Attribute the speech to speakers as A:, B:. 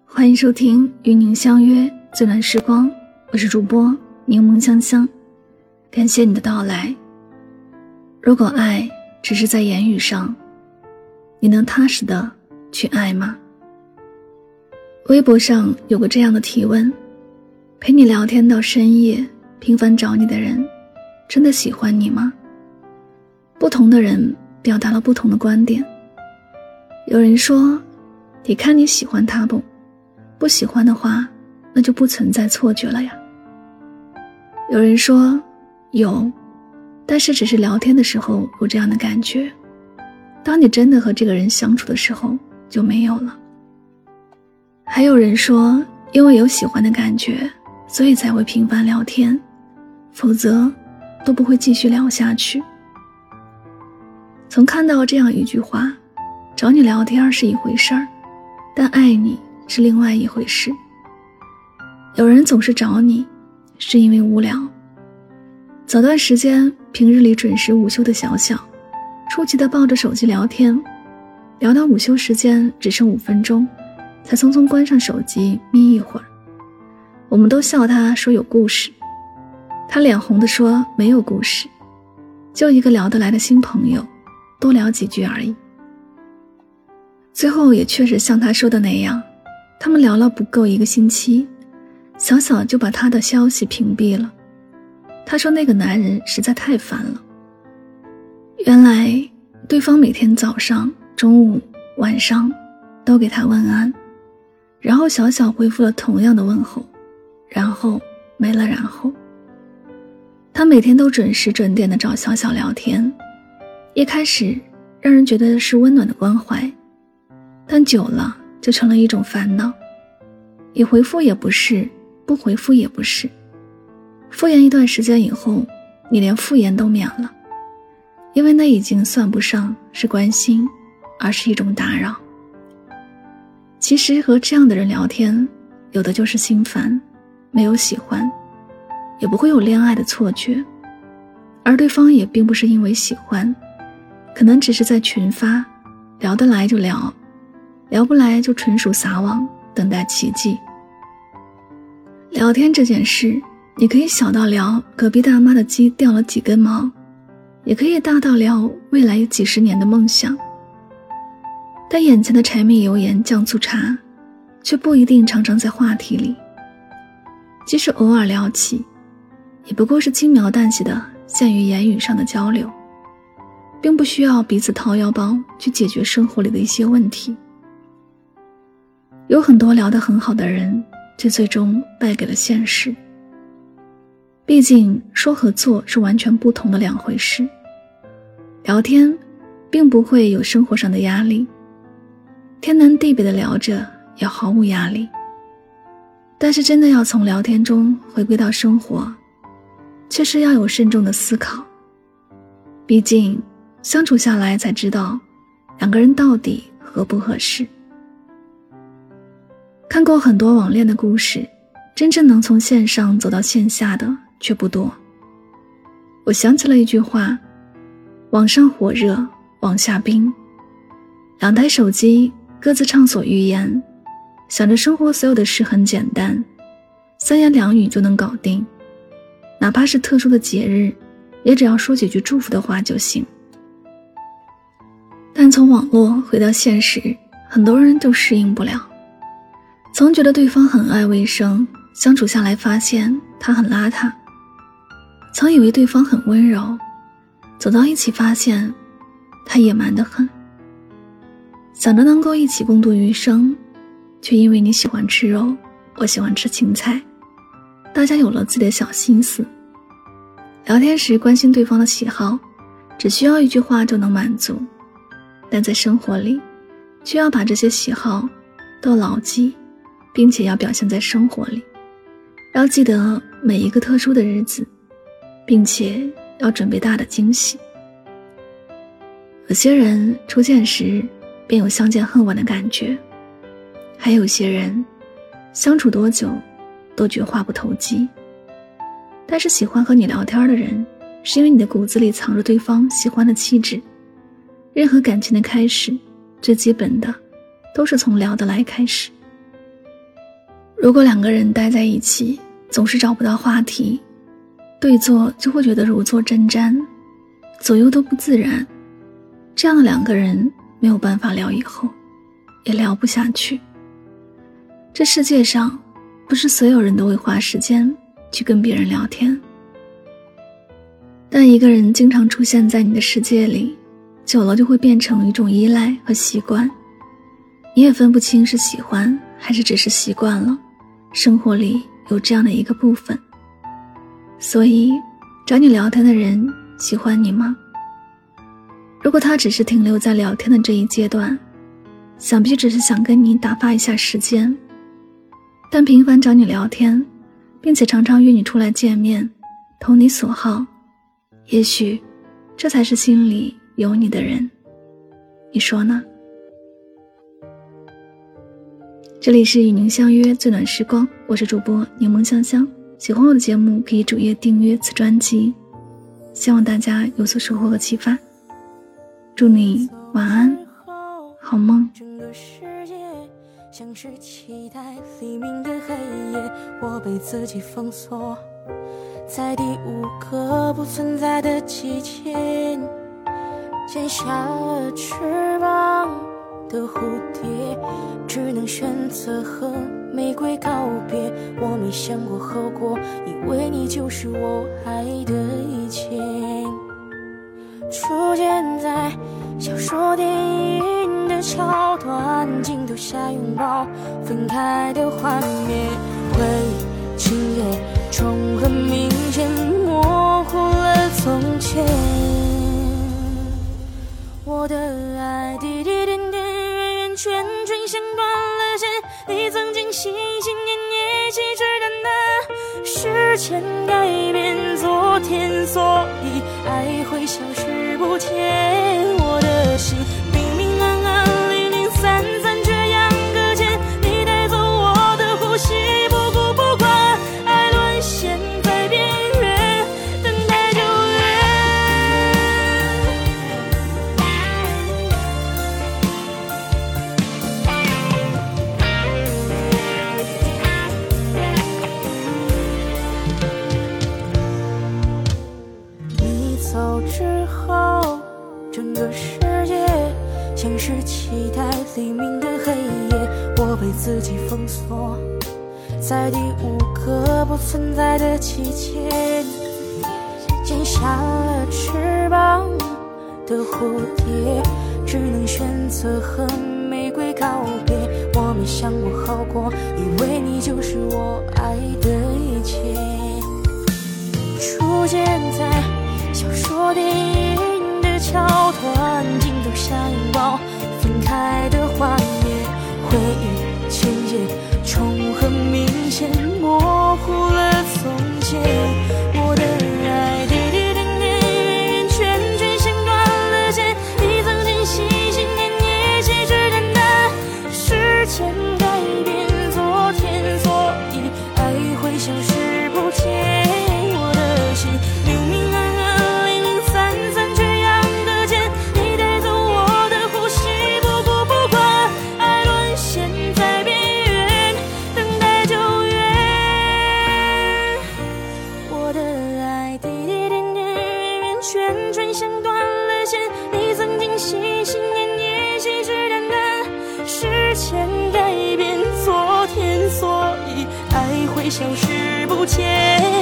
A: 欢迎收听与您相约最暖时光，我是主播柠檬香香，感谢你的到来。如果爱只是在言语上，你能踏实的去爱吗？微博上有个这样的提问，陪你聊天到深夜，频繁找你的人，真的喜欢你吗？不同的人表达了不同的观点。有人说，得看你喜欢他不喜欢的话，那就不存在错觉了呀。有人说有，但是只是聊天的时候有这样的感觉，当你真的和这个人相处的时候就没有了。还有人说，因为有喜欢的感觉，所以才会频繁聊天，否则都不会继续聊下去。曾看到这样一句话，找你聊天是一回事儿，但爱你是另外一回事。有人总是找你，是因为无聊。早段时间，平日里准时午休的小小，出奇地抱着手机聊天，聊到午休时间只剩5分钟，才匆匆关上手机眯一会儿。我们都笑他说有故事，他脸红地说没有故事，就一个聊得来的新朋友，多聊几句而已。最后也确实像他说的那样，他们聊了不够1个星期，小小就把他的消息屏蔽了。他说那个男人实在太烦了。原来对方每天早上、中午、晚上都给他问安，然后小小回复了同样的问候，然后没了然后。他每天都准时准点地找小小聊天，一开始让人觉得是温暖的关怀，但久了就成了一种烦恼。你回复也不是，不回复也不是，敷衍一段时间以后，你连敷衍都免了，因为那已经算不上是关心，而是一种打扰。其实和这样的人聊天，有的就是心烦，没有喜欢，也不会有恋爱的错觉，而对方也并不是因为喜欢，可能只是在群发，聊得来就聊，聊不来就纯属撒网，等待奇迹。聊天这件事，你可以小到聊隔壁大妈的鸡掉了几根毛，也可以大到聊未来几十年的梦想。但眼前的柴米油盐酱醋茶，却不一定常常在话题里。即使偶尔聊起，也不过是轻描淡写的限于言语上的交流，并不需要彼此掏腰包去解决生活里的一些问题。有很多聊得很好的人，却最终败给了现实。毕竟说和做是完全不同的两回事。聊天并不会有生活上的压力，天南地北的聊着也毫无压力。但是真的要从聊天中回归到生活，却是要有慎重的思考。毕竟相处下来才知道两个人到底合不合适。看过很多网恋的故事，真正能从线上走到线下的却不多。我想起了一句话，网上火热，网下冰。2台手机各自畅所欲言，想着生活所有的事很简单，3言2语就能搞定，哪怕是特殊的节日，也只要说几句祝福的话就行。但从网络回到现实，很多人都适应不了。曾觉得对方很爱卫生，相处下来发现他很邋遢。曾以为对方很温柔，走到一起发现他野蛮得很。想着能够一起共度余生，却因为你喜欢吃肉，我喜欢吃芹菜，大家有了自己的小心思。聊天时关心对方的喜好，只需要一句话就能满足，但在生活里却要把这些喜好都牢记，并且要表现在生活里，要记得每一个特殊的日子，并且要准备大的惊喜。有些人初见时便有相见恨晚的感觉，还有些人相处多久都觉话不投机。但是喜欢和你聊天的人，是因为你的骨子里藏着对方喜欢的气质。任何感情的开始，最基本的都是从聊得来开始。 如果两个人待在一起，总是找不到话题，对坐就会觉得如坐针毡，左右都不自然，这样的两个人没有办法聊以后，也聊不下去。这世界上不是所有人都会花时间去跟别人聊天，但一个人经常出现在你的世界里，久了就会变成一种依赖和习惯，你也分不清是喜欢还是只是习惯了，生活里有这样的一个部分。所以找你聊天的人喜欢你吗？如果他只是停留在聊天的这一阶段，想必只是想跟你打发一下时间，但频繁找你聊天，并且常常约你出来见面，投你所好，也许这才是心里有你的人，你说呢？这里是与您相约最暖时光，我是主播柠檬香香。喜欢我的节目可以主页订阅此专辑，希望大家有所收获和启发。祝你晚安，好梦。
B: 整个世界像是期待黎明的黑夜，我被自己封锁在第5个不存在的季节，剪下了翅膀的蝴蝶，只能选择和玫瑰告别。我没想过后果，以为你就是我爱的一切。出现在小说电影的桥段，镜头下拥抱分开的画面，回忆情节重合明显，模糊了从前。我的爱滴滴点点圆圆圈圈像断了线，你曾经心心念念细致的那时间改变昨天，所以爱会消失不见。我的心明明暗暗零零散散这样搁浅，你带走我的呼吸，不顾不管，爱沦陷在边缘，等待救援。你走之后，整个世界像是期待黎明的黑夜，我被自己封锁在第5个不存在的季节，剪下了翅膀的蝴蝶，只能选择和玫瑰告别。我没想过后果，以为你就是我爱的一切。出现在小说电影的桥段，镜头下拥抱分开的画面，回忆情节重合明显，模糊了从前。我的爱滴滴点点圆圆圈圈像断了线，你曾经心心念念细致的那时间改变昨天，所以爱会消失不见。我的心明明暗暗零零散散这样搁浅，你带走我的呼吸，不顾不管，爱沦陷在边缘，等待救援。我的爱滴滴点点圆圆圈圈像断了线，你曾经心心念念细致的那时间改变昨天，所以爱会消失不见。